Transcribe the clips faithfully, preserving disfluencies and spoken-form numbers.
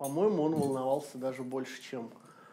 По-моему, он волновался даже больше, чем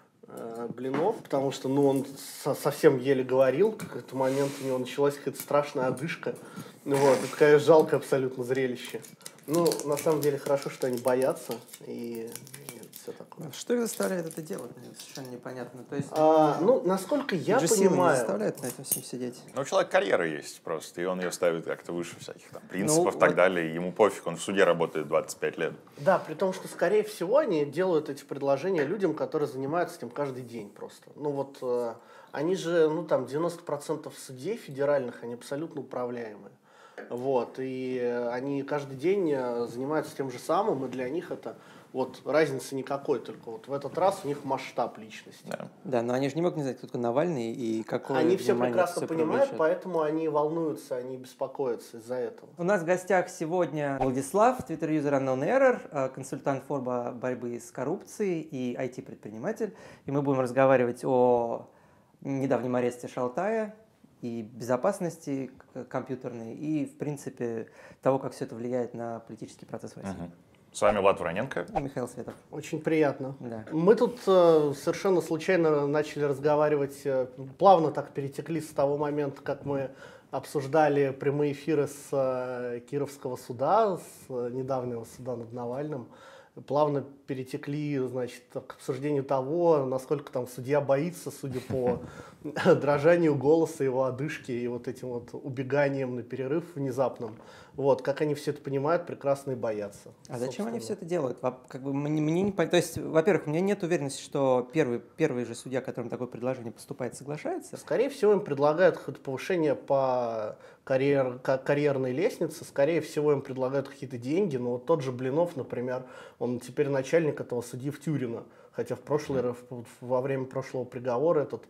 э, Блинов, потому что, ну, он со совсем еле говорил, в какой-то момент у него началась какая-то страшная одышка. Ну, вот, это такое жалкое абсолютно зрелище. Ну, на самом деле, хорошо, что они боятся, и, и все такое. Что их заставляет это делать? Мне совершенно непонятно. То есть, а, ну, насколько я их же силы понимаю... не заставляют на этом всем сидеть. Ну, у человека карьера есть просто, и он ее ставит как-то выше всяких там принципов и Ну, так вот. далее. Ему пофиг, он в суде работает двадцать пять лет. Да, при том, что, скорее всего, они делают эти предложения людям, которые занимаются этим каждый день просто. Ну, вот, э, они же, ну, там, девяносто процентов судей федеральных, они абсолютно управляемые. Вот, и они каждый день занимаются тем же самым, и для них это вот разницы никакой, только вот в этот раз у них масштаб личности. Да. Да, но они же не могут не знать, кто такой Навальный и какое Они все внимание прекрасно это всё понимают, привлечет. поэтому они волнуются, они беспокоятся из-за этого. У нас в гостях сегодня Владислав, твиттер-юзер Unknown Error, консультант форма борьбы с коррупцией и ай ти-предприниматель. И мы будем разговаривать о недавнем аресте Шалтая и безопасности компьютерной, и, в принципе, того, как все это влияет на политический процесс в России. Угу. С вами Влад Вороненко. И Михаил Светов. Очень приятно. Да. Мы тут э, совершенно случайно начали разговаривать, э, плавно так перетекли с того момента, как мы обсуждали прямые эфиры с э, Кировского суда, с э, недавнего суда над Навальным. Плавно перетекли, значит, к обсуждению того, насколько там судья боится, судя по дрожанию голоса, его одышке и вот этим вот убеганием на перерыв внезапным. Вот, как они все это понимают, прекрасно и боятся. А зачем они собственно. все это делают? Во- Как бы мне, мне не пон- То есть, во-первых, у меня нет уверенности, что первый, первый же судья, которому такое предложение поступает, соглашается. Скорее всего, им предлагают какое-то повышение по карьер, ка- карьерной лестнице, скорее всего, им предлагают какие-то деньги, но вот тот же Блинов, например, он теперь начальник этого судьи в Тюрино, хотя в прошлый, раз- во время прошлого приговора этот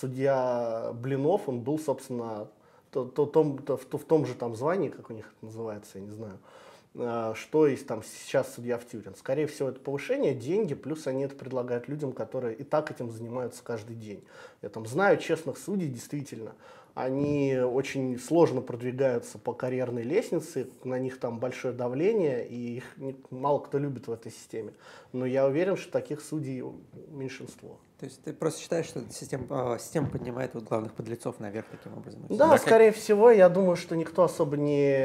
судья Блинов, он был, собственно, то, то, том, то, в, то- в том же там звании, как у них это называется, я не знаю, э, что есть там сейчас судья в Тюрин. Скорее всего, это повышение, деньги, плюс они это предлагают людям, которые и так этим занимаются каждый день. Я там знаю честных судей, действительно, они очень сложно продвигаются по карьерной лестнице, на них там большое давление, и их не- мало кто любит в этой системе. Но я уверен, что таких судей меньшинство. То есть ты просто считаешь, что система, э, система поднимает вот главных подлецов наверх таким образом? Да, Да, скорее всего, я думаю, что никто особо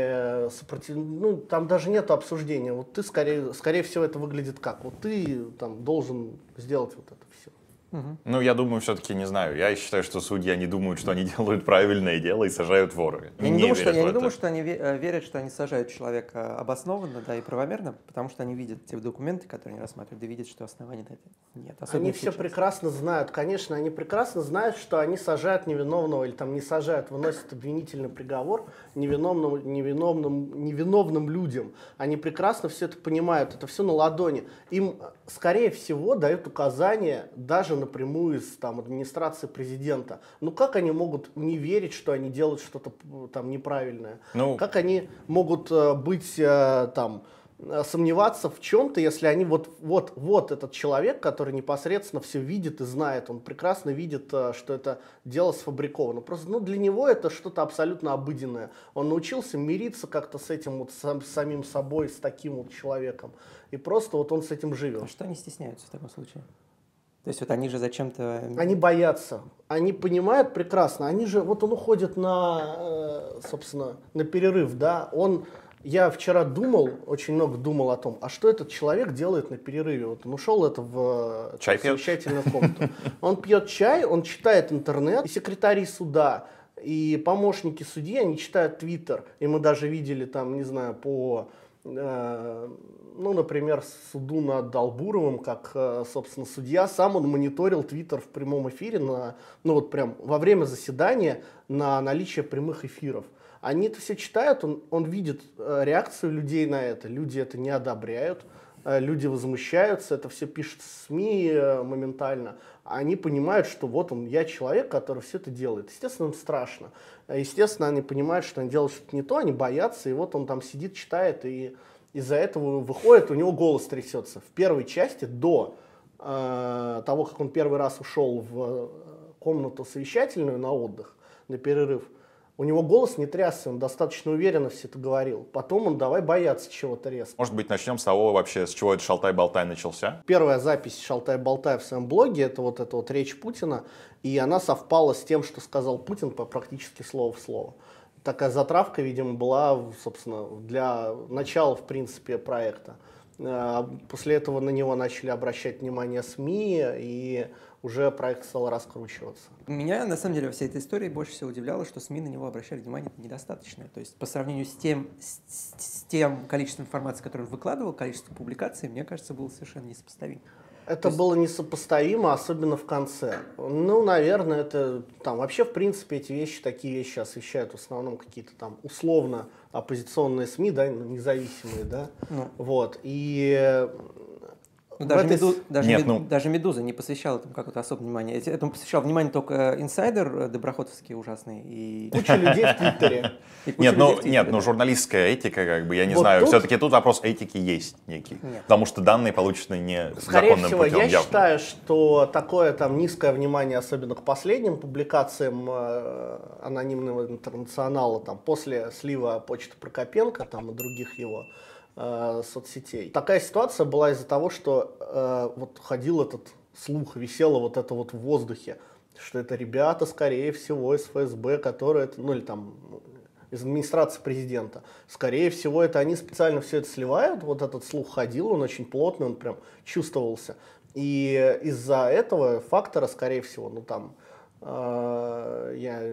не сопротивляется. Ну, там даже нет обсуждения. Вот ты, скорее, скорее всего, это выглядит как? Вот ты там должен сделать вот это все. Мгм. Ну, я думаю, все-таки не знаю. Я считаю, что судьи, они думают, что они делают правильное дело и сажают вора. Я не, думаю, что, верят я в не это. думаю, что они ве- э, верят, что они сажают человека обоснованно, да, и правомерно, потому что они видят те документы, которые они рассматривают, и видят, что оснований на это нет. Особенно Они все сейчас. прекрасно знают, конечно, они прекрасно знают, что они сажают невиновного или там не сажают, выносят обвинительный приговор невиновным, невиновным, невиновным людям. Они прекрасно все это понимают, это все на ладони. Им, скорее всего, дают указания даже напрямую из там, администрации президента. Ну как они могут не верить, что они делают что-то там неправильное? Ну, Как они могут э, быть э, там э, сомневаться в чем-то, если они вот, вот, вот этот человек, который непосредственно все видит и знает, он прекрасно видит, э, что это дело сфабриковано. Просто ну, для него это что-то абсолютно обыденное. Он научился мириться как-то с этим вот сам- с самим собой, с таким вот человеком. И просто вот он с этим живет. А что они стесняются в таком случае? То есть вот они же зачем-то... Они боятся, они понимают прекрасно, они же, вот он уходит на, э, собственно, на перерыв, да, он, я вчера думал, очень много думал о том, а что этот человек делает на перерыве, вот он ушел это в Чай пьет? совещательную комнату, он пьет чай, он читает интернет, и секретари суда, и помощники судьи, они читают твиттер, и мы даже видели там, не знаю, по... э, ну, например, суду над Долбуровым, как, э, собственно, судья, сам он мониторил твиттер в прямом эфире, на, ну вот прям во время заседания на наличие прямых эфиров. Они это все читают, он, он видит э, реакцию людей на это, люди это не одобряют, э, люди возмущаются, это все пишут в СМИ э, моментально. Они понимают, что вот он, я человек, который все это делает. Естественно, им страшно. Естественно, они понимают, что они делают что-то не то, они боятся, и вот он там сидит, читает, и из-за этого выходит, у него голос трясется. В первой части, до э, того, как он первый раз ушел в комнату совещательную на отдых, на перерыв, У него голос не трясся, он достаточно уверенно все это говорил. Потом он давай бояться чего-то резко. Может быть, начнем с того вообще, с чего этот шалтай-болтай начался? Первая запись Шалтай-Болтай в своем блоге — это вот эта вот речь Путина, и она совпала с тем, что сказал Путин по практически слово в слово. Такая затравка, видимо, была, собственно, для начала, в принципе, проекта. После этого на него начали обращать внимание СМИ, и уже проект стал раскручиваться. Меня, на самом деле, во всей этой истории больше всего удивляло, что СМИ на него обращали внимание недостаточно. То есть по сравнению с тем, с, с тем количеством информации, которое он выкладывал, количество публикаций, мне кажется, было совершенно несопоставимо. Это было несопоставимо, особенно в конце. Ну, наверное, это там вообще, в принципе, эти вещи, такие вещи освещают в основном какие-то там условно оппозиционные СМИ, да, независимые, да. Ну. Вот. И Ну, даже, этой... Меду... даже, Нет, Мед... ну... даже «Медуза» не посвящала этому какое-то особое внимание. Этому посвящал внимание только инсайдер Доброхотовский ужасный. И... Куча людей в Твиттере. Нет, ну, Твиттере, нет, да. ну журналистская этика, как бы, я не вот знаю, тут... все-таки тут вопрос этики есть некий. Нет. Потому что данные получены не Скорее законным всего, путем. я явно. считаю, что такое там низкое внимание, особенно к последним публикациям э, анонимного интернационала, там, после слива почты Прокопенко там, и других его соцсетей. Такая ситуация была из-за того, что э, вот ходил этот слух, висело вот это вот в воздухе, что это ребята, скорее всего, из ФСБ, которые, ну или там из администрации президента. Скорее всего, это они специально все это сливают. Вот этот слух ходил, он очень плотный, он прям чувствовался. И из-за этого фактора, скорее всего, ну там э, я...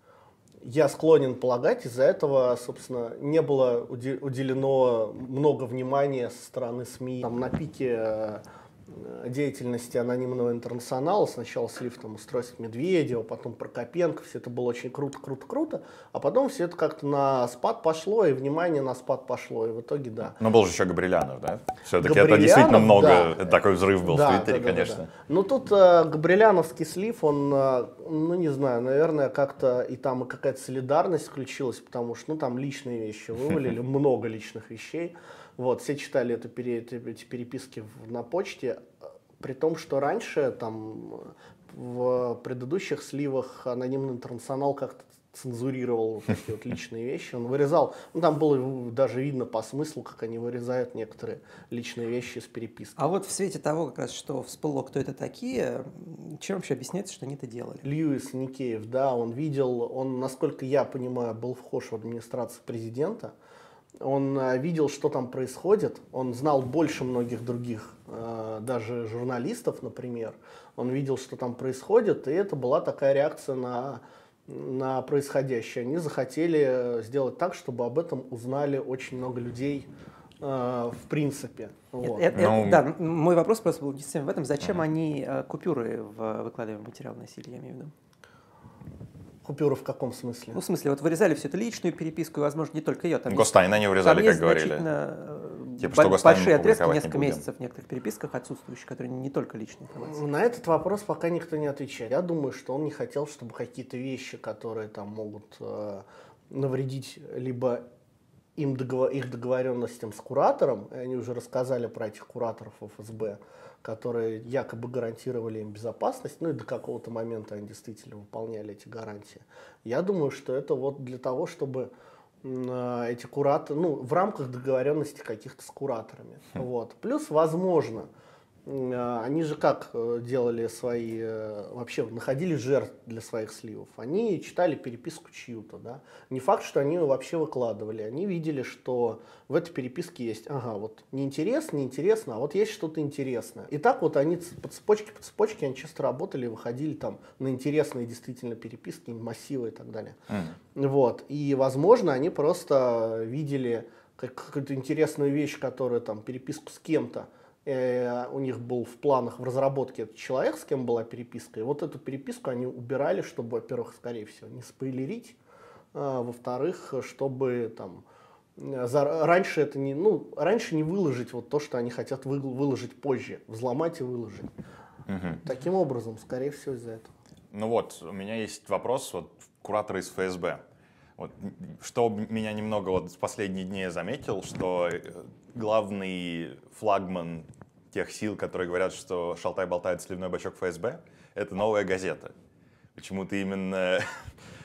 Я склонен полагать, из-за этого, собственно, не было уделено много внимания со стороны СМИ. Там, на пике деятельности анонимного интернационала сначала слив там устройств Медведева, потом Прокопенко, все это было очень круто, круто, круто, а потом все это как-то на спад пошло, и внимание на спад пошло, и в итоге да. Но был же еще Габрилянов, да? Все-таки это действительно много, да. это такой взрыв был да, в Твиттере, да, да, конечно. Да, да. Но тут э, Габриляновский слив, он, э, ну не знаю, наверное, как-то и там и какая-то солидарность включилась, потому что, ну там личные вещи вывалили, много личных вещей. Вот, все читали это, эти переписки на почте, при том, что раньше, там, в предыдущих сливах анонимный интернационал как-то цензурировал вот эти вот личные вещи, он вырезал, ну, там было даже видно по смыслу, как они вырезают некоторые личные вещи из переписки. А вот в свете того, как раз, что всплыло, кто это такие, чем вообще объясняется, что они это делали? Льюис Никеев, да, он видел, он, насколько я понимаю, был вхож в администрацию президента, он э, видел, что там происходит, он знал больше многих других, э, даже журналистов, например, он видел, что там происходит, и это была такая реакция на, на происходящее. Они захотели сделать так, чтобы об этом узнали очень много людей, э, в принципе. Вот. Это, это, ну... Да, мой вопрос просто был действительно в этом, зачем они э, купюры в выкладываемый материал носили, я имею в виду? Купюры в каком смысле? Ну, в смысле, вот вырезали всю эту личную переписку, и, возможно, не только ее. Там Гостайна не вырезали, как говорили. Типа, что большие отрезки, несколько месяцев в некоторых переписках отсутствующих, которые не только личная информация. На этот вопрос пока никто не отвечает. Я думаю, что он не хотел, чтобы какие-то вещи, которые там могут э, навредить либо им договор, их договоренностям с куратором, и они уже рассказали про этих кураторов ФСБ, которые якобы гарантировали им безопасность, ну и до какого-то момента они действительно выполняли эти гарантии. Я думаю, что это вот для того, чтобы э, эти кураторы, ну, в рамках договоренности каких-то с кураторами. Mm. Вот. Плюс, возможно, э, они же как э, делали свои, э, вообще находили жертв для своих сливов. Они читали переписку чью-то, да. Не факт, что они ее вообще выкладывали. Они видели, что в этой переписке есть, ага, вот неинтересно, неинтересно, а вот есть что-то интересное. И так вот они по цепочке, по цепочке, они часто работали, выходили там на интересные действительно переписки, массивы и так далее. Mm. Вот. И, возможно, они просто видели как, какую-то интересную вещь, которая там, переписку с кем-то, э, у них был в планах, в разработке этот человек, с кем была переписка, и вот эту переписку они убирали, чтобы, во-первых, скорее всего, не спойлерить, а, во-вторых, чтобы там За, раньше это не, ну, раньше не выложить вот то, что они хотят вы, выложить позже, взломать и выложить. Угу. Таким образом, скорее всего, из-за этого. Ну вот, у меня есть вопрос, вот, куратор из ФСБ. Вот, что меня немного вот в последние дни я заметил, что главный флагман тех сил, которые говорят, что Шалтай болтает сливной бачок ФСБ, это «Новая газета». Почему-то именно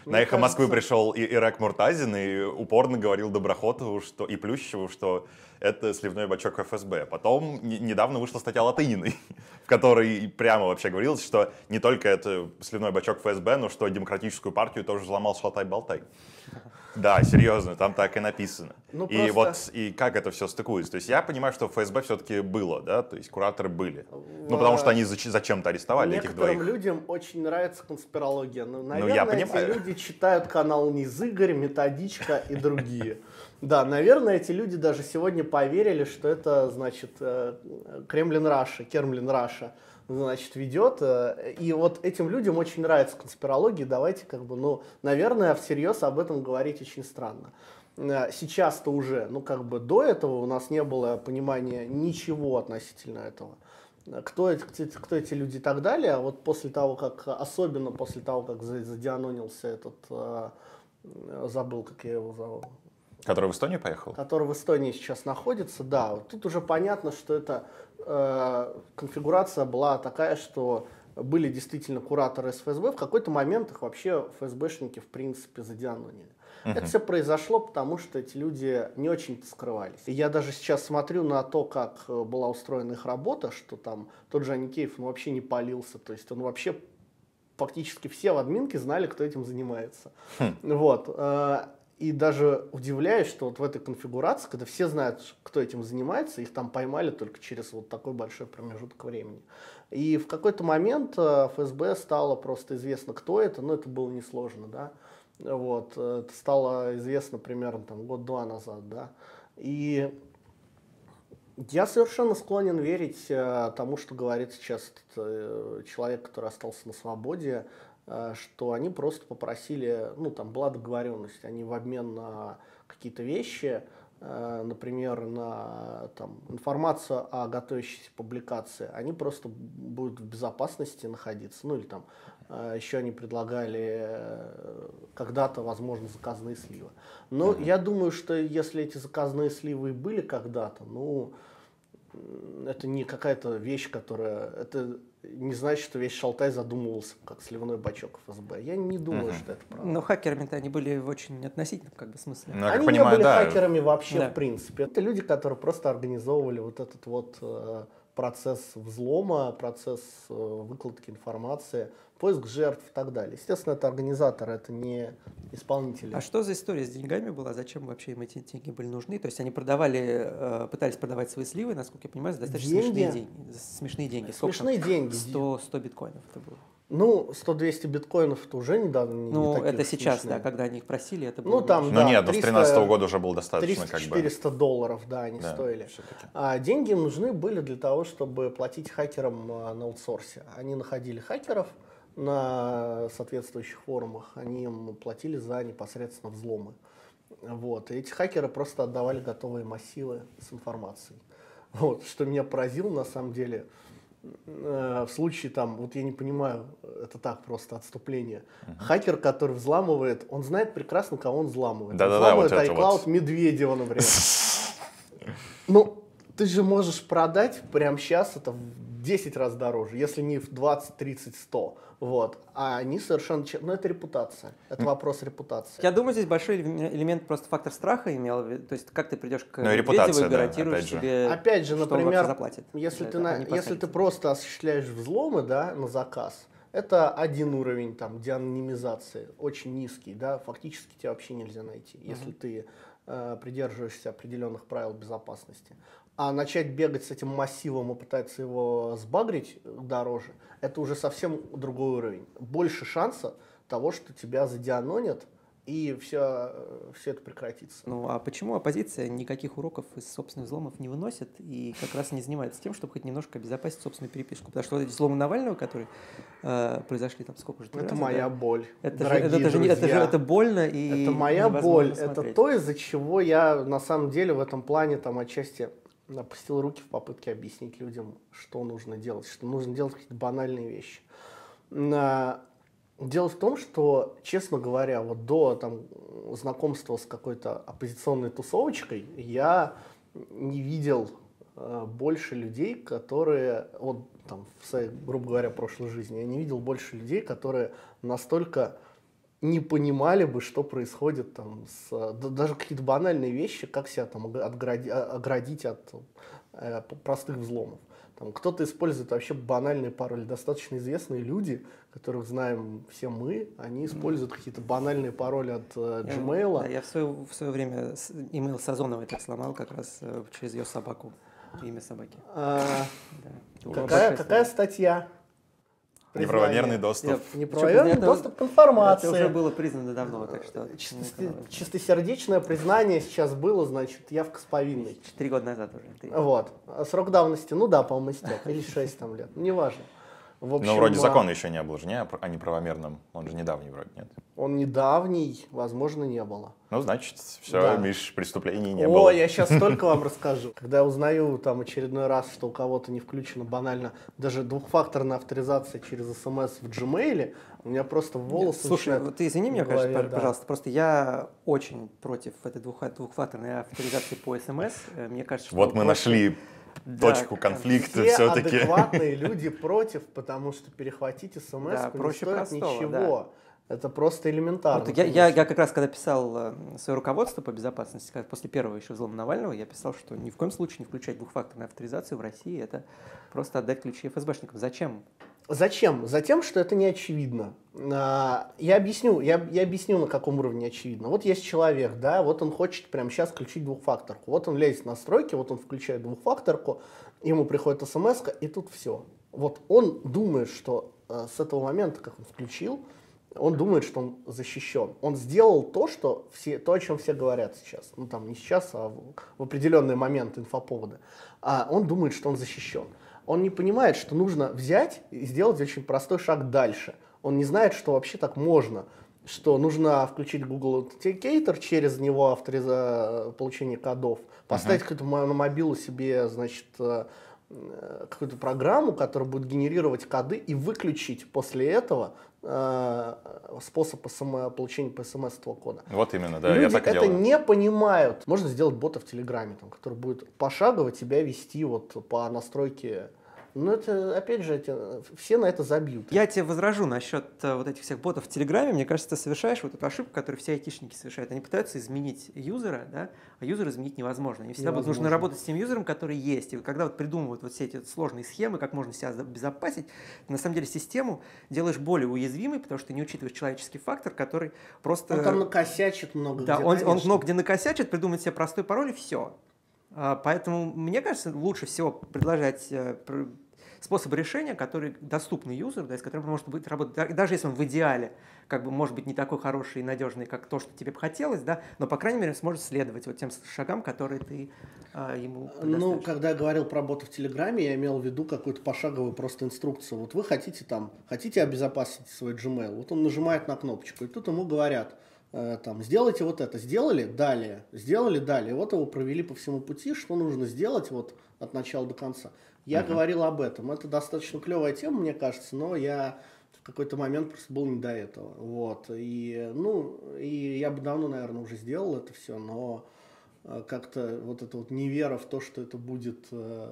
На «Эхо кажется... Москвы» пришел и Ирак Муртазин и упорно говорил Доброхотову что, и Плющеву, что это сливной бачок эф эс бэ. Потом не, недавно вышла статья Латыниной, в которой прямо вообще говорилось, что не только это сливной бачок эф эс бэ, но что демократическую партию тоже взломал Шалтай-Болтай. Да, серьезно, там так и написано. Ну, и просто... вот и как это все стыкуется. То есть я понимаю, что в эф эс бэ все-таки было, да, то есть кураторы были. В... Ну, потому что они зач- зачем-то арестовали этих двоих. Некоторым людям очень нравится конспирология. Но, наверное, ну, я эти понимаю. люди читают канал Низыгорь, Методичка и другие. Да, наверное, эти люди даже сегодня поверили, что это, значит, Кремлин Раша, Кермлин Раша, значит, ведет. И вот этим людям очень нравится конспирология. Давайте, как бы, ну, наверное, всерьез об этом говорить очень странно. Сейчас-то уже, ну, как бы до этого у нас не было понимания ничего относительно этого. Кто эти, кто эти люди и так далее. А вот после того, как, особенно после того, как задианонился этот, забыл, как я его зову. Который в Эстонию поехал? Который в Эстонии сейчас находится, да. Вот тут уже понятно, что эта э, конфигурация была такая, что были действительно кураторы эс эф эс бэ. В какой-то момент их вообще эф эс бэшники в принципе задианонили. Uh-huh. Это все произошло, потому что эти люди не очень-то скрывались. И я даже сейчас смотрю на то, как была устроена их работа, что там тот же Аникеев, он вообще не палился. То есть он вообще фактически все в админке знали, кто этим занимается. Uh-huh. Вот. И даже удивляюсь, что вот в этой конфигурации, когда все знают, кто этим занимается, их там поймали только через вот такой большой промежуток времени. И в какой-то момент эф эс бэ стало просто известно, кто это, но это было несложно, да. Вот. Это стало известно примерно там год-два назад, да. И я совершенно склонен верить тому, что говорит сейчас этот человек, который остался на свободе, что они просто попросили, ну там была договоренность, они в обмен на какие-то вещи, например, на там, информацию о готовящейся публикации, они просто будут в безопасности находиться, ну или там еще они предлагали когда-то, возможно, заказные сливы. Но mm-hmm. я думаю, что если эти заказные сливы и были когда-то, ну это не какая-то вещь, которая... Это не значит, что весь Шалтай задумывался как сливной бачок эф эс бэ. Я не думаю, uh-huh. что это правда. Но хакерами-то они были в очень относительном как бы смысле. Ну, они не понимаю, были да. хакерами вообще да. в принципе. Это люди, которые просто организовывали вот этот вот э, процесс взлома, процесс э, выкладки информации, поиск жертв и так далее. Естественно, это организаторы, это не исполнители. А что за история с деньгами была? Зачем вообще им эти деньги были нужны? То есть они продавали, пытались продавать свои сливы, насколько я понимаю, за достаточно деньги? смешные деньги. Смешные деньги. Смешные Сколько? деньги. сто, сто биткоинов это было. Ну, сто-двести биткоинов это уже недавно не Ну, не это сейчас, смешные. да, когда они их просили, это было. Ну, там, ну да, нет, но с тринадцатого года уже было достаточно. триста-четыреста как бы. долларов, да, они да, стоили. все-таки. А деньги им нужны были для того, чтобы платить хакерам на аутсорсе. Они находили хакеров на соответствующих форумах, они им платили за непосредственно взломы. Вот. И эти хакеры просто отдавали готовые массивы с информацией. Вот. Что меня поразило на самом деле, э, в случае там, вот я не понимаю, это так просто отступление. Uh-huh. Хакер, который взламывает, он знает прекрасно, кого он взламывает. Да, он да, взламывает да, вот iCloud вот. Медведева, например. Ну, ты же можешь продать прямо сейчас это в десять раз дороже, если не в двадцать, тридцать, сто. Вот. А они совершенно... Ну, это репутация. Это вопрос репутации. Я думаю, здесь большой элемент просто фактор страха имел. То есть, как ты придешь к ну, Медведеву и гарантируешь да, себе, опять же, что например, он вообще заплатит. Если, ты, это, на, если ты просто осуществляешь взломы, да, на заказ, это один уровень там, деанонимизации, очень низкий, да, фактически тебя вообще нельзя найти, uh-huh. если ты э, придерживаешься определенных правил безопасности. А начать бегать с этим массивом и пытаться его сбагрить дороже, это уже совсем другой уровень. Больше шанса того, что тебя задианонят, и все, все это прекратится. Ну а почему оппозиция никаких уроков из собственных взломов не выносит и как раз не занимается тем, чтобы хоть немножко обезопасить собственную переписку? Потому что вот эти взломы Навального, которые э, произошли там сколько уже? Это раза, моя да? боль, это дорогие же, это, же, друзья. это же это больно и это моя боль, смотреть. Это то, из-за чего я на самом деле в этом плане там отчасти опустил руки в попытке объяснить людям, что нужно делать, что нужно делать какие-то банальные вещи. Дело в том, что, честно говоря, вот до там, знакомства с какой-то оппозиционной тусовочкой я не видел э, больше людей, которые, вот там, в своей, грубо говоря, прошлой жизни, я не видел больше людей, которые настолько не понимали бы, что происходит там, с, да, даже какие-то банальные вещи, как себя там отгради, оградить от э, простых взломов. Там, кто-то использует вообще банальные пароли. Достаточно известные люди, которых знаем все мы, они используют mm. какие-то банальные пароли от э, Gmail. Я, да, я в свое, в свое время имейл Сазоновой так сломал как раз э, через ее собаку, имя собаки. А, да. какая, какая статья? Неправомерный доступ. Неправомерный доступ к информации. Это уже было признано давно, так что... Чисто, чистосердечное признание сейчас было, значит, явка с повинной. Четыре года назад уже. Три. Вот. Срок давности, ну да, по-моему, истек. Или шесть там лет. Ну, неважно. В общем, но вроде закон еще не был же, не? О неправомерном. Он же недавний вроде, нет? Он недавний, возможно, не было. Ну, значит, все, да. Миш, преступлений не О, было. О, я сейчас столько вам расскажу. Когда я узнаю там очередной раз, что у кого-то не включена банально даже двухфакторная авторизация через смс в Gmail, у меня просто волосы... Слушай, вот ты извини меня, голове, конечно, да. пожалуйста, просто я очень против этой двухфакторной авторизации по смс. Мне кажется, что... Вот мы просто... нашли... точку да, конфликта все все-таки. Все адекватные люди против, потому что перехватить смс да, не проще стоит простого, ничего. Да. Это просто элементарно. Вот я, я, я как раз, когда писал свое руководство по безопасности, когда после первого еще взлома Навального, я писал, что ни в коем случае не включать двухфакторную авторизацию в России, это просто отдать ключи эф эс бэшникам. Зачем? Зачем? Затем, что это не очевидно. Я объясню, я, я объясню, на каком уровне очевидно. Вот есть человек, да, вот он хочет прямо сейчас включить двухфакторку. Вот он лезет в настройки, вот он включает двухфакторку, ему приходит смс, и тут все. Вот он думает, что с этого момента, как он включил, он думает, что он защищен. Он сделал то, что все, то, о чем все говорят сейчас. Ну, там, не сейчас, а в, в определенный момент инфоповода. А он думает, что он защищен. Он не понимает, что нужно взять и сделать очень простой шаг дальше. Он не знает, что вообще так можно. Что нужно включить Google Authenticator, через него авториза... получение кодов, поставить uh-huh. какую-то на мобилу себе, значит, какую-то программу, которая будет генерировать коды, и выключить после этого э, способ СМ, получения по смс этого кода. Вот именно, да, люди я так и это делаю. Не понимают. Можно сделать бота в Телеграме, там, который будет пошагово тебя вести вот по настройке. Но это, опять же, эти, все на это забьют. Я тебе возражу насчет uh, вот этих всех ботов в Телеграме. Мне кажется, ты совершаешь вот эту ошибку, которую все айтишники совершают. Они пытаются изменить юзера, да, а юзера изменить невозможно. Им всегда будет нужно работать с тем юзером, который есть. И когда вот придумывают вот все эти сложные схемы, как можно себя обезопасить, ты на самом деле систему делаешь более уязвимой, потому что ты не учитываешь человеческий фактор, который просто... Он там накосячит много да, где, он, конечно. он много где накосячит, придумает себе простой пароль и все. Uh, поэтому, мне кажется, лучше всего предложить... Uh, способы решения, которые доступны юзеру, да, с которым может быть работать, даже если он в идеале, как бы, может быть, не такой хороший и надежный, как то, что тебе бы хотелось, да, но, по крайней мере, сможет следовать вот тем шагам, которые ты а, ему предоставишь. Ну, когда я говорил про бота в Телеграме, я имел в виду какую-то пошаговую просто инструкцию. Вот вы хотите там, хотите обезопасить свой Gmail, вот он нажимает на кнопочку, и тут ему говорят, э, там, сделайте вот это, сделали, далее, сделали, далее. Вот его провели по всему пути, что нужно сделать вот от начала до конца. Я uh-huh. говорил об этом. Это достаточно клевая тема, мне кажется, но я в какой-то момент просто был не до этого. Вот. И, ну, и я бы давно, наверное, уже сделал это все, но как-то вот эта вот невера в то, что это будет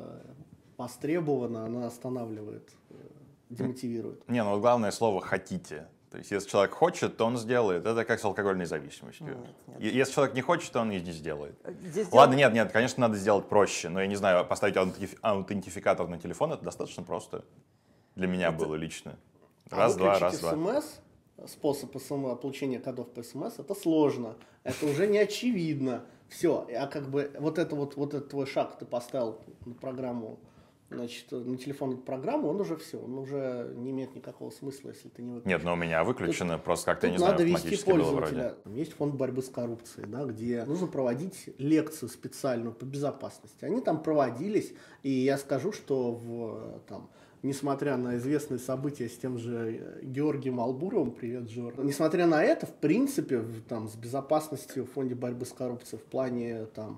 востребовано, она останавливает, демотивирует. Не, ну вот главное слово «хотите». То есть, если человек хочет, то он сделает. Это как с алкогольной зависимостью. Нет, нет. Если человек не хочет, то он и не сделает. Здесь Ладно, делать... нет, нет, конечно, надо сделать проще. Но я не знаю, поставить аутентификатор на телефон, это достаточно просто. Для меня это... было лично. Раз, а два, раз, два. СМС, способ получения кодов по СМС, это сложно. Это уже не очевидно. Все. А как бы вот это вот, вот этот твой шаг ты поставил на программу, значит, на телефонную программу, он уже все, он уже не имеет никакого смысла, если ты не выключишь. Нет, но у меня выключено, тут, просто как-то, я не знаю, надо автоматически было вроде. Есть фонд борьбы с коррупцией, да, где нужно проводить лекцию специальную по безопасности. Они там проводились, и я скажу, что в, там, несмотря на известные события с тем же Георгием Албуровым, привет, Жор, несмотря на это, в принципе, в, там, с безопасностью в фонде борьбы с коррупцией в плане там,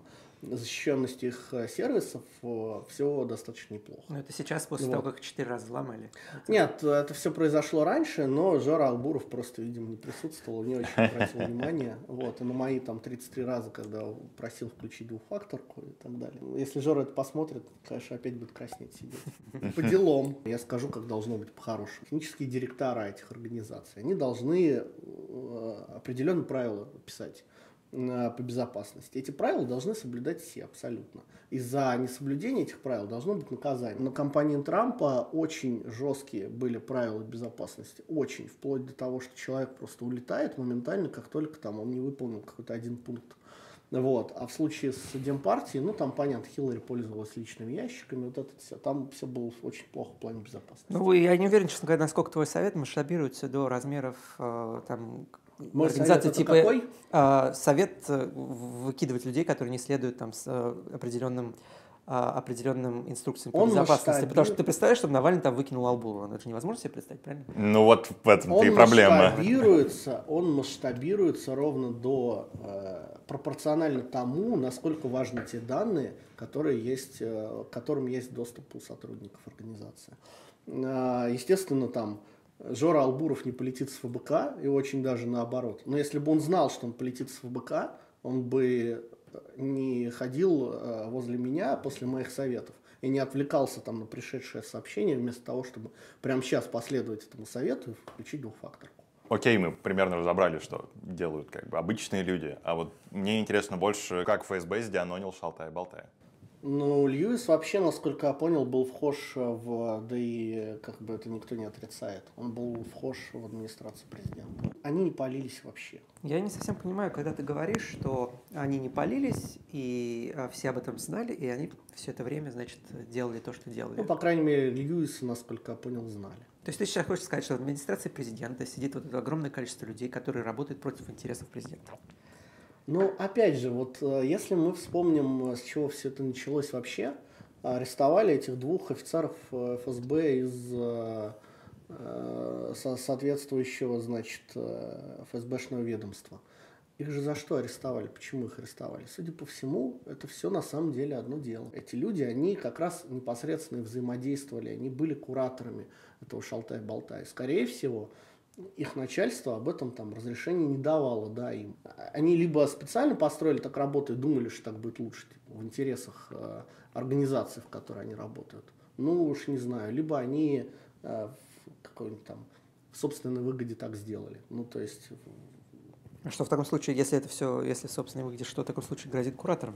защищенности их сервисов все достаточно неплохо. Ну, это сейчас, после вот. того, как четыре раза взломали. Нет, это все произошло раньше, но Жора Албуров просто, видимо, не присутствовал, не очень обратил внимание. Вот, и на мои там тридцать три раза, когда просил включить двухфакторку и так далее. Если Жора это посмотрит, конечно, опять будет краснеть сидеть. По делам. Я скажу, как должно быть по-хорошему. Технические директора этих организаций, они должны определенные правила писать по безопасности. Эти правила должны соблюдать все абсолютно. И за несоблюдение этих правил должно быть наказание. На компании Трампа очень жесткие были правила безопасности. Очень. Вплоть до того, что человек просто улетает моментально, как только там он не выполнил какой-то один пункт. Вот. А в случае с Демпартией, ну там понятно, Хиллари пользовалась личными ящиками, вот это все. Там все было очень плохо в плане безопасности. Ну, я не уверен, честно говоря, насколько твой совет масштабируется до размеров э, там, Мой организации совет типа какой? Э, совет э, выкидывать людей, которые не следуют там с э, определенным определенным инструкциям по он безопасности. масштабирует... Потому что ты представляешь, чтобы Навальный там выкинул Албурова. Это же невозможно себе представить, правильно? Ну вот в этом-то он и проблема. Масштабируется, он масштабируется ровно до, э, пропорционально тому, насколько важны те данные, которые есть, э, к которым есть доступ у сотрудников организации. Э, естественно, там Жора Албуров не полетит с ФБК, и очень даже наоборот. Но если бы он знал, что он полетит с ФБК, он бы не ходил э, возле меня после моих советов и не отвлекался там на пришедшее сообщение, вместо того, чтобы прямо сейчас последовать этому совету и включить двухфакторку. Окей, мы примерно разобрали, что делают как бы обычные люди, а вот мне интересно больше, как ФСБ сдианонил Шалтай-Болтай. Ну, Льюис вообще, насколько я понял, был вхож в, да и как бы это никто не отрицает, он был вхож в администрацию президента. Они не палились вообще. Я не совсем понимаю, когда ты говоришь, что они не палились, и а, все об этом знали, и они все это время, значит, делали то, что делали. Ну, по крайней мере, Льюиса, насколько я понял, знали. То есть ты сейчас хочешь сказать, что в администрации президента сидит вот это огромное количество людей, которые работают против интересов президента? Ну, опять же, вот если мы вспомним, с чего все это началось вообще, арестовали этих двух офицеров ФСБ из э, соответствующего, значит, ФСБшного ведомства. Их же за что арестовали? Почему их арестовали? Судя по всему, это все на самом деле одно дело. Эти люди, они как раз непосредственно взаимодействовали, они были кураторами этого Шалтай-Болтай. Скорее всего, их начальство об этом там разрешения не давало, да, им. Они либо специально построили так работу и думали, что так будет лучше, типа, в интересах э, организации, в которой они работают. Ну, уж не знаю. Либо они э, в какой-нибудь там собственной выгоде так сделали. Ну, то есть... Что в таком случае, если это все, если в собственной выгоде, что в таком случае грозит кураторам?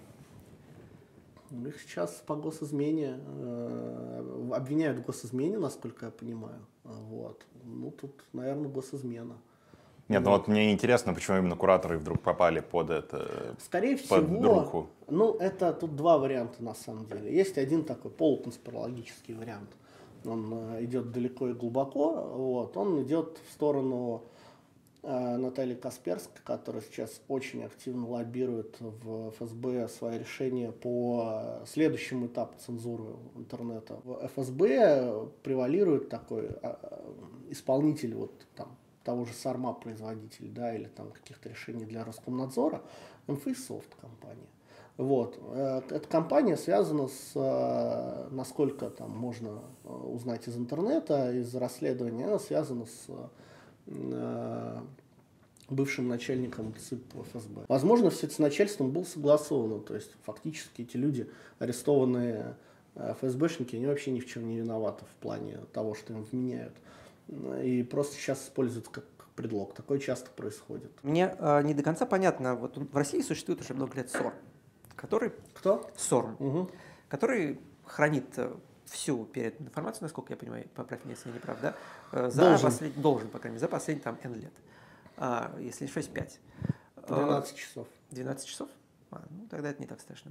Их сейчас по госизмене э, обвиняют в госизмене, насколько я понимаю. Вот. Ну, тут, наверное, госизмена. Нет, ну вот мне интересно, почему именно кураторы вдруг попали под это, Скорее под всего, руку. Ну, это тут два варианта на самом деле. Есть один такой полуконспирологический вариант. Он э, идет далеко и глубоко. Вот. Он идет в сторону э, Натальи Касперской, которая сейчас очень активно лоббирует в ФСБ свои решения по следующему этапу цензуры интернета. В ФСБ превалирует такой э, исполнитель вот там того же Сарма производитель, да, или там каких-то решений для Роскомнадзора, эм эф и Софт компания. Вот. Эта компания связана с, насколько там можно узнать из интернета, из расследования, она связана с э, бывшим начальником ЦИП ФСБ. Возможно, все это с начальством было согласовано, то есть фактически эти люди, арестованные ФСБшники, они вообще ни в чем не виноваты в плане того, что им вменяют. И просто сейчас используют как предлог. Такое часто происходит. Мне э, не до конца понятно. Вот в России существует уже много лет СОРМ, который... Кто? СОРМ, Угу. который хранит всю переданную информацию, насколько я понимаю, поправь меня, если я не прав, да? За Должен. Послед... Должен, по крайней мере, за последние там N лет. А, если шесть пять. двенадцать часов. двенадцать часов? А, ну, тогда это не так страшно.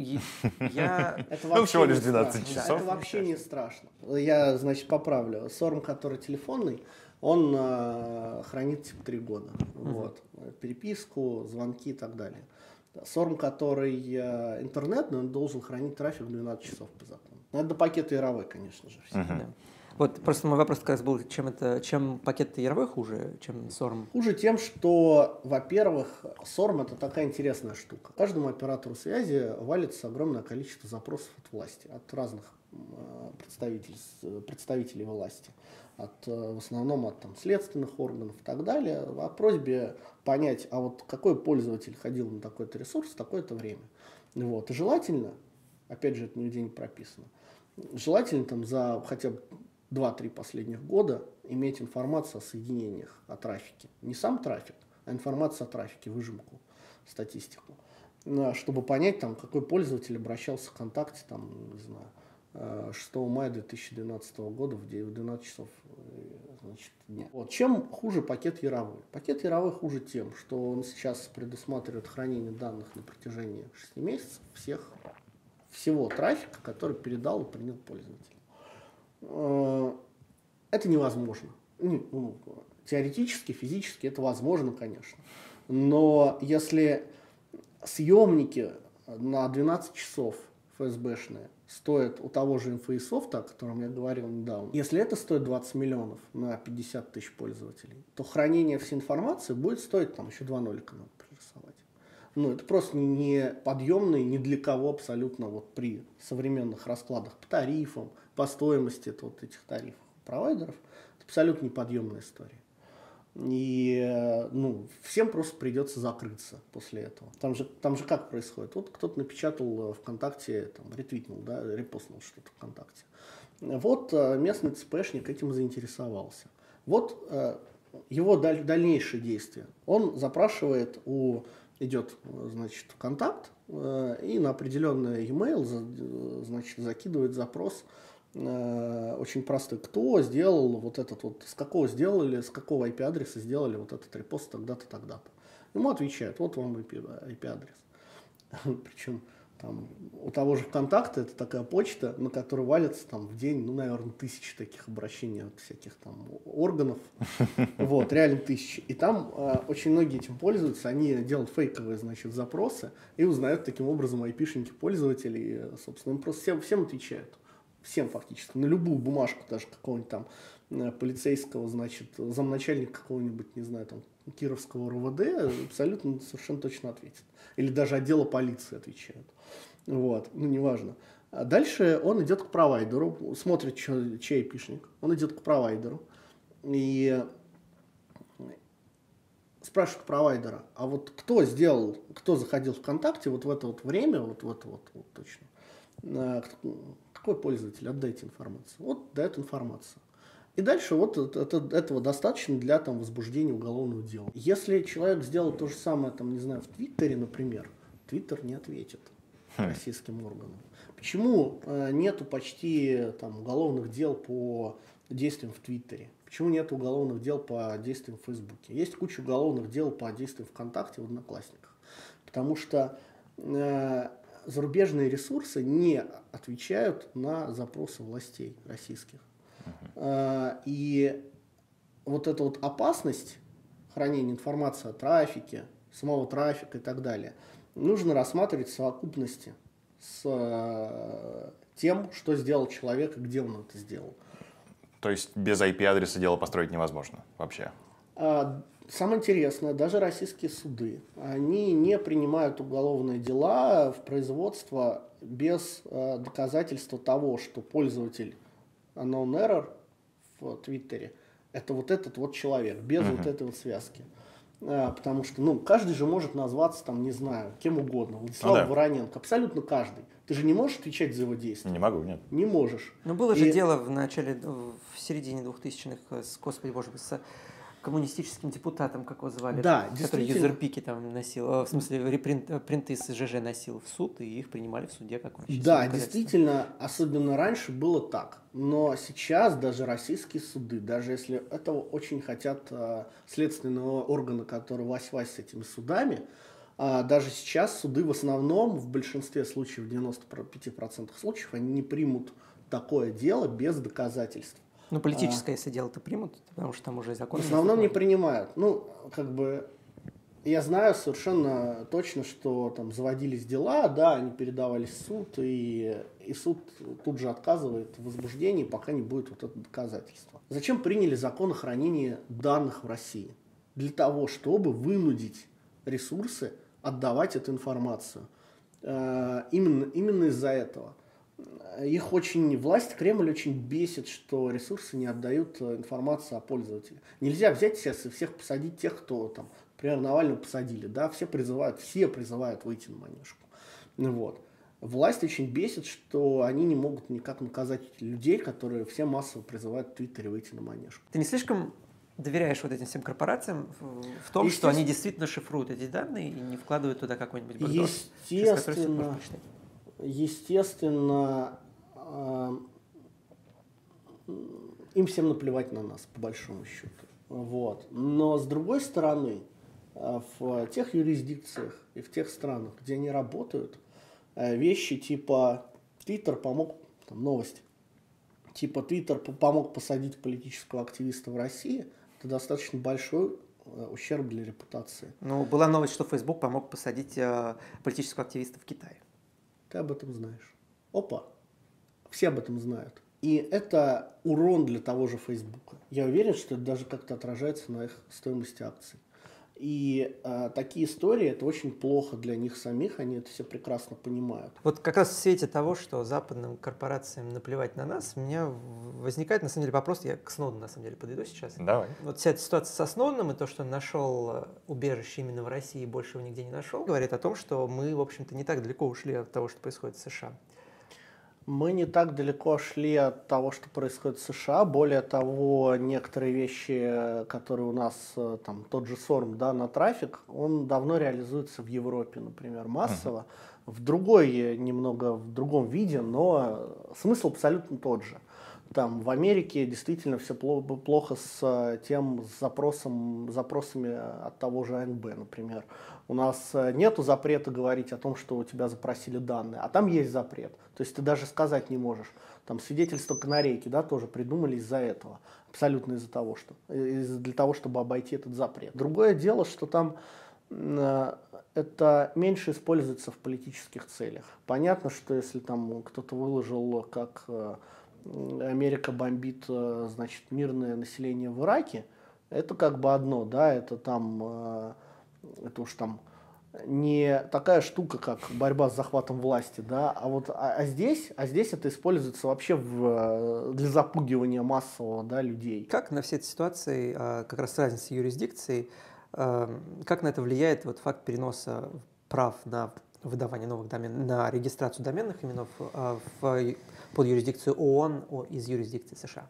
Я... Это Ну, всего вообще лишь не двенадцать страшно. часов. Это вообще не страшно. Я, значит, поправлю. СОРМ, который телефонный, он э, хранит типа три года. Uh-huh. Вот. Переписку, звонки и так далее. СОРМ, который э, интернетный, он должен хранить трафик двенадцать часов по закону. Это до пакета Яровой, конечно же. Uh-huh. Да. Вот просто мой вопрос как раз был, чем это, чем пакет яровой хуже, чем сорм? Хуже тем, что, во-первых, сорм это такая интересная штука. Каждому оператору связи валится огромное количество запросов от власти, от разных представителей, представителей власти, от, в основном от там, следственных органов и так далее, о просьбе понять, а вот какой пользователь ходил на такой-то ресурс в такое-то время. Вот. И желательно, опять же, это нигде не прописано, желательно там за хотя бы два-три последних года иметь информацию о соединениях, о трафике. Не сам трафик, а информацию о трафике, выжимку, статистику. Чтобы понять, там, какой пользователь обращался ВКонтакте, там, не знаю, шестого мая две тысячи двенадцатого года в двенадцать часов, значит, дня. Вот. Чем хуже пакет яровой? Пакет яровой хуже тем, что он сейчас предусматривает хранение данных на протяжении шести месяцев всех, всего трафика, который передал и принял пользователь. Это невозможно. Ну, теоретически, физически это возможно, конечно. Но если съемники на двенадцать часов эф эс бэшные стоят у того же инфоисофта, о котором я говорил недавно, если это стоит двадцать миллионов на пятьдесят тысяч пользователей, то хранение всей информации будет стоить там еще два нолика надо пририсовать. Ну, это просто не подъемный ни для кого абсолютно вот при современных раскладах по тарифам, по стоимости это вот этих тарифов провайдеров. Это абсолютно неподъемная история. И ну, всем просто придется закрыться после этого. Там же, там же как происходит? Вот кто-то напечатал ВКонтакте, там, ретвитнул, да, репостнул что-то ВКонтакте. Вот местный ЦПшник этим заинтересовался. Вот его даль- дальнейшие действия. Он запрашивает у... идет, значит, в контакт э, и на определенный e-mail за, значит, закидывает запрос э, очень простой. Кто сделал вот этот вот, с какого сделали, с какого ай пи-адреса сделали вот этот репост тогда-то, тогда-то. Ему отвечают, вот вам ай пи-адрес. Причем там у того же ВКонтакта это такая почта, на которой валится там в день, ну, наверное, тысячи таких обращений от всяких там органов. Вот, реально тысячи. И там э, очень многие этим пользуются, они делают фейковые, значит, запросы и узнают таким образом айпишники пользователей. И, собственно, им просто всем, всем отвечают. Всем фактически. На любую бумажку даже какого-нибудь там э, полицейского, значит, замначальника какого-нибудь, не знаю, там, Кировского эр вэ дэ абсолютно совершенно точно ответит. Или даже отдела полиции отвечают. Вот, ну неважно. А дальше он идет к провайдеру, смотрит, чё, чей айпишник. Он идет к провайдеру и спрашивает провайдера, а вот кто сделал, кто заходил в ВКонтакте вот в это вот время, вот в это вот, вот точно, какой пользователь, отдайте информацию. Вот дает информацию. И дальше вот это, этого достаточно для там, возбуждения уголовного дела. Если человек сделал то же самое, там, не знаю, в Твиттере, например, Твиттер не ответит российским органам. Почему э, нету почти там, уголовных дел по действиям в Твиттере? Почему нет уголовных дел по действиям в Фейсбуке? Есть куча уголовных дел по действиям ВКонтакте, в Одноклассниках. Потому что э, зарубежные ресурсы не отвечают на запросы властей российских. Uh-huh. И вот эта вот опасность хранения информации о трафике, самого трафика и так далее, нужно рассматривать в совокупности с тем, что сделал человек и где он это сделал. То есть без ай пи-адреса дело построить невозможно вообще? А, самое интересное, даже российские суды, они не принимают уголовные дела в производство без а, доказательства того, что пользователь unknown error в Твиттере это вот этот вот человек, без uh-huh. вот этой вот связки. А, потому что, ну, каждый же может назваться, там, не знаю, кем угодно. Владислав ну, да. Вороненко, абсолютно каждый. Ты же не можешь отвечать за его действия? Не могу, нет. Не можешь. Ну, было И... же дело в начале, в середине двухтысячных с, господи боже, с коммунистическим депутатом, как его звали, да, который юзерпики там носил, в смысле репринт, принты из ЖЖ носил в суд, и их принимали в суде, как он считает. Да, действительно, особенно раньше было так. Но сейчас даже российские суды, даже если этого очень хотят э, следственные органы, которые вась-вась с этими судами, э, даже сейчас суды в основном, в большинстве случаев, в девяноста пяти процентах случаев, они не примут такое дело без доказательств. Ну, политическое, а, если дело-то примут, потому что там уже закон. В основном не принимают. Ну, как бы, Я знаю совершенно точно, что там заводились дела, да, они передавались в суд, и, и суд тут же отказывает в возбуждении, пока не будет вот это доказательство. Зачем приняли закон о хранении данных в России? Для того, чтобы вынудить ресурсы отдавать эту информацию. Именно, именно из-за этого. Их очень, власть, Кремль очень бесит, что ресурсы не отдают информацию о пользователе. Нельзя взять сейчас и всех посадить тех, кто там, например, Навального посадили, да, все призывают, все призывают выйти на Манежку. Вот. Власть очень бесит, что они не могут никак наказать людей, которые все массово призывают в Твиттере выйти на Манежку. Ты не слишком доверяешь вот этим всем корпорациям в том, что они действительно шифруют эти данные и не вкладывают туда какой-нибудь бэкдор, через который все можно прочитать? Естественно, им всем наплевать на нас, по большому счету. Вот. Но с другой стороны, в тех юрисдикциях и в тех странах, где они работают, вещи типа Твиттер помог, там, новости, типа Твиттер помог посадить политического активиста в России, это достаточно большой ущерб для репутации. Ну, была новость, что Facebook помог посадить э, политического активиста в Китае. Ты об этом знаешь. Опа. Все об этом знают. И это урон для того же Фейсбука. Я уверен, что это даже как-то отражается на их стоимости акций. И э, такие истории, это очень плохо для них самих, они это все прекрасно понимают. Вот как раз в свете того, что западным корпорациям наплевать на нас, у меня возникает, на самом деле, вопрос, я к Сноудену, на самом деле, подойду сейчас. Давай. Вот вся эта ситуация со Сноуденом и то, что он нашел убежище именно в России и больше его нигде не нашел, говорит о том, что мы, в общем-то, не так далеко ушли от того, что происходит в США. Мы не так далеко шли от того, что происходит в США. Более того, некоторые вещи, которые у нас, там, тот же сорм, да, на трафик, он давно реализуется в Европе, например, массово. Uh-huh. В другой, немного в другом виде, но смысл абсолютно тот же. Там в Америке действительно все плохо с тем с запросом, запросами от того же АНБ, например. У нас нету запрета говорить о том, что у тебя запросили данные, а там есть запрет. То есть ты даже сказать не можешь. Там свидетельство канарейки, да, тоже придумали из-за этого. Абсолютно из-за того, что, из- для того, чтобы обойти этот запрет. Другое дело, что там э, это меньше используется в политических целях. Понятно, что если там кто-то выложил, как э, Америка бомбит, э, значит, мирное население в Ираке, это как бы одно, да, это там, э, это уж там не такая штука, как борьба с захватом власти, да, а вот а, а здесь, а здесь это используется вообще в, для запугивания массового, да, людей. Как на все эти ситуации, а, как раз разница юрисдикции, а, как на это влияет вот факт переноса прав на выдавание новых доменов, на регистрацию доменных именов а, в, под юрисдикцию ООН из юрисдикции США?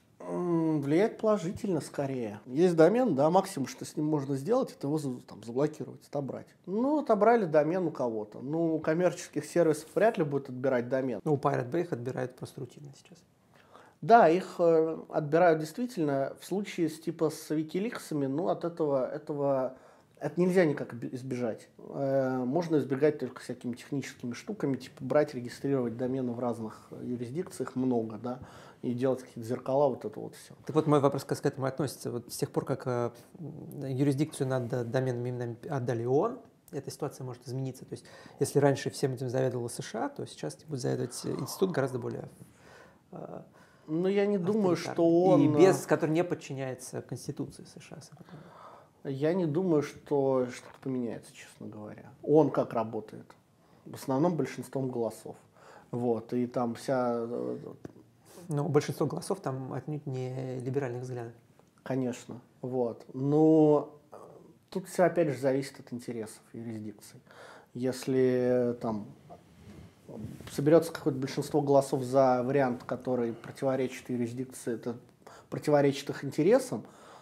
Влияет положительно скорее. Есть домен, да, максимум, что с ним можно сделать, это его там заблокировать, отобрать. Ну, отобрали домен у кого-то. Ну, у коммерческих сервисов вряд ли будет отбирать домен. Ну, у Pirate Bay их отбирают просто рутинно сейчас. Да, их э, отбирают действительно. В случае с типа с Викиликсами, ну, от этого, этого это нельзя никак избежать. Э, можно избегать только всякими техническими штуками, типа брать, регистрировать домены в разных юрисдикциях много, да, и делать какие-то зеркала, вот это вот все. Так вот, мой вопрос как к этому относится. Вот с тех пор, как э, юрисдикцию над доменными именами отдали ООН, эта ситуация может измениться. То есть, если раньше всем этим заведовала США, то сейчас будет заведовать институт гораздо более э, Ну, я не думаю, что он... И без, который не подчиняется Конституции США. Я не думаю, что что-то поменяется, честно говоря. Он как работает? В основном большинством голосов. Вот, и там вся... Но большинство голосов там отнюдь не либеральных взглядов. Конечно, вот. Но тут все опять же зависит от интересов юрисдикции. Если там соберется какое-то большинство голосов за вариант, который противоречит юрисдикции, это противоречит их интересам,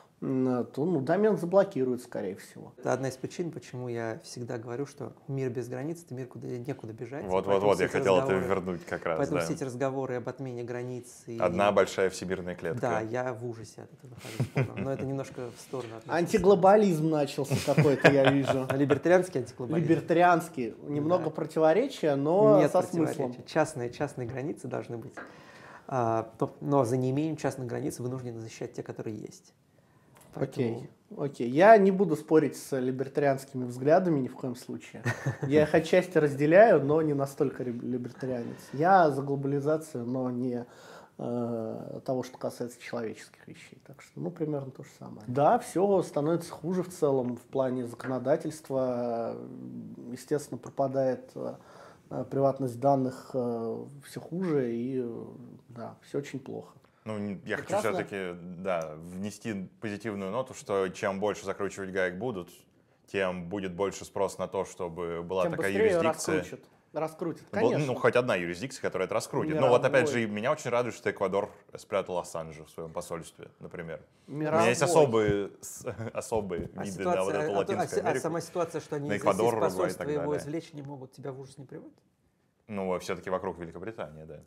то ну, домен заблокируют, скорее всего. Это одна из причин, почему я всегда говорю, что мир без границ, это мир, куда некуда бежать. Вот-вот-вот, я хотел это вернуть как раз. Поэтому да. все эти разговоры об отмене границ... И... Одна большая всибирная клетка. Да, я в ужасе от этого нахожусь. Но это немножко в сторону. Антиглобализм начался какой-то, я вижу. Либертарианский антиглобализм. Либертарианский. Немного противоречия, но со смыслом. Частные, частные границы должны быть. Но за неимением частных границ вынуждены защищать те, которые есть. Поэтому... Окей. Окей. Я не буду спорить с либертарианскими взглядами ни в коем случае. Я их отчасти разделяю, но не настолько либертарианец. Я за глобализацию, но не э, того, что касается человеческих вещей. Так что, ну, примерно то же самое. Да, все становится хуже в целом в плане законодательства. Естественно, пропадает э, приватность данных э, все хуже, и э, да, все очень плохо. Ну, я Прекрасно. хочу все-таки, да, внести позитивную ноту, что чем больше закручивать гаек будут, тем будет больше спрос на то, чтобы была Тем такая быстрее юрисдикция. раскрутят. Раскрутят, Ну, конечно. ну, хоть одна юрисдикция, которая это раскрутит. Мировой. Ну, вот опять же, меня очень радует, что Эквадор спрятал Ассанжа в своем посольстве, например. Мировой. У меня есть особые, особые А, виды ситуация, на вот эту а, Латинскую а, а Америку. сама ситуация, что они на из Эквадор, из Уругвай и посольства так его далее. извлечь не могут, тебя в ужас не приводит? Ну, все-таки вокруг Великобритании, да.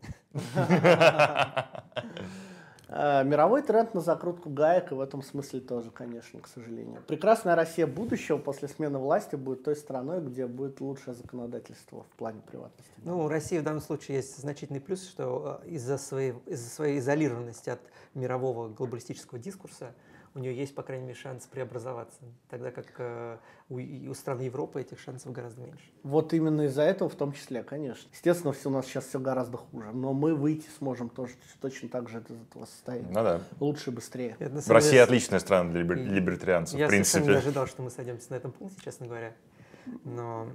Мировой тренд на закрутку гаек, и в этом смысле тоже, конечно, к сожалению. Прекрасная Россия будущего после смены власти будет той страной, где будет лучшее законодательство в плане приватности. Ну, у России в данном случае есть значительный плюс, что из-за своей, из-за своей изолированности от мирового глобалистического дискурса у нее есть, по крайней мере, шанс преобразоваться, тогда как э, у, у стран Европы этих шансов гораздо меньше. Вот именно из-за этого в том числе, конечно. Естественно, все у нас сейчас все гораздо хуже, но мы выйти сможем тоже точно так же из этого состояния. Ну да. Лучше и быстрее. Это, В России отличная страна для либер- либертарианцев, Я в принципе. совершенно не ожидал, что мы сойдемся на этом пункте, честно говоря. Но...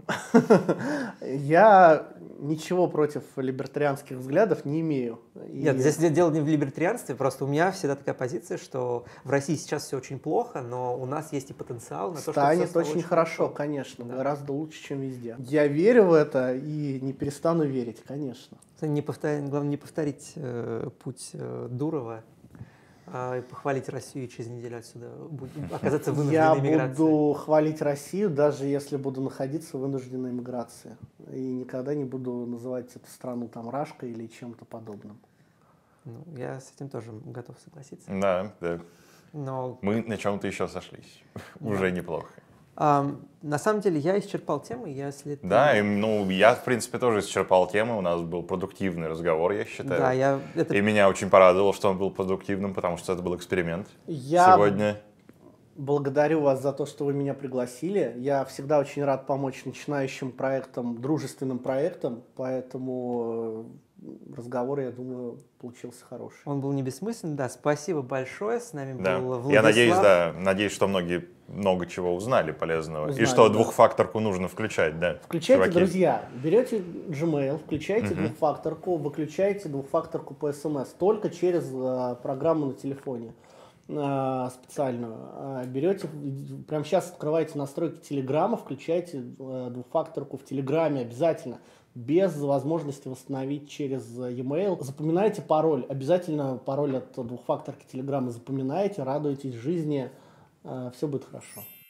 Я ничего против либертарианских взглядов не имею. И... Нет, здесь дело не в либертарианстве, просто у меня всегда такая позиция, что в России сейчас все очень плохо, но у нас есть и потенциал на то, что Станет всё стало очень очень хорошо, хорошо. конечно, Да. гораздо лучше, чем везде. Я верю в это и не перестану верить, конечно. Не повторить, главное, не повторить э, путь э, Дурова, а и похвалить Россию и через неделю отсюда будет, оказаться вынужденной Я эмиграцией. буду хвалить Россию, даже если буду находиться в вынужденной эмиграции. И никогда не буду называть эту страну там Рашкой или чем-то подобным. Ну, я с этим тоже готов согласиться. Да, да. Но Мы на чем-то еще сошлись. Уже неплохо. а, на самом деле я исчерпал тему, если ты- Да, и, ну, я, в принципе, тоже исчерпал тему. У нас был продуктивный разговор, я считаю. Да, я это И меня очень порадовало, что он был продуктивным, потому что это был эксперимент Я сегодня. благодарю вас за то, что вы меня пригласили. Я всегда очень рад помочь начинающим проектам, дружественным проектам, поэтому э, разговор, я думаю, получился хороший. Он был не бессмысленный, да. Спасибо большое. С нами Да. был Владислав. Я надеюсь, да, надеюсь, что многие много чего узнали полезного. Узнали, и что да. двухфакторку нужно включать, да. Включайте, чуваки. друзья, берете Gmail, включаете Мгм. двухфакторку, выключаете двухфакторку по смс только через э, программу на телефоне э, специальную. Э, берете, прямо сейчас открываете настройки Телеграма, включаете э, двухфакторку в Телеграме обязательно, без возможности восстановить через e-mail. Запоминайте пароль, обязательно пароль от двухфакторки Телеграма запоминайте, радуйтесь жизни, э, все будет хорошо.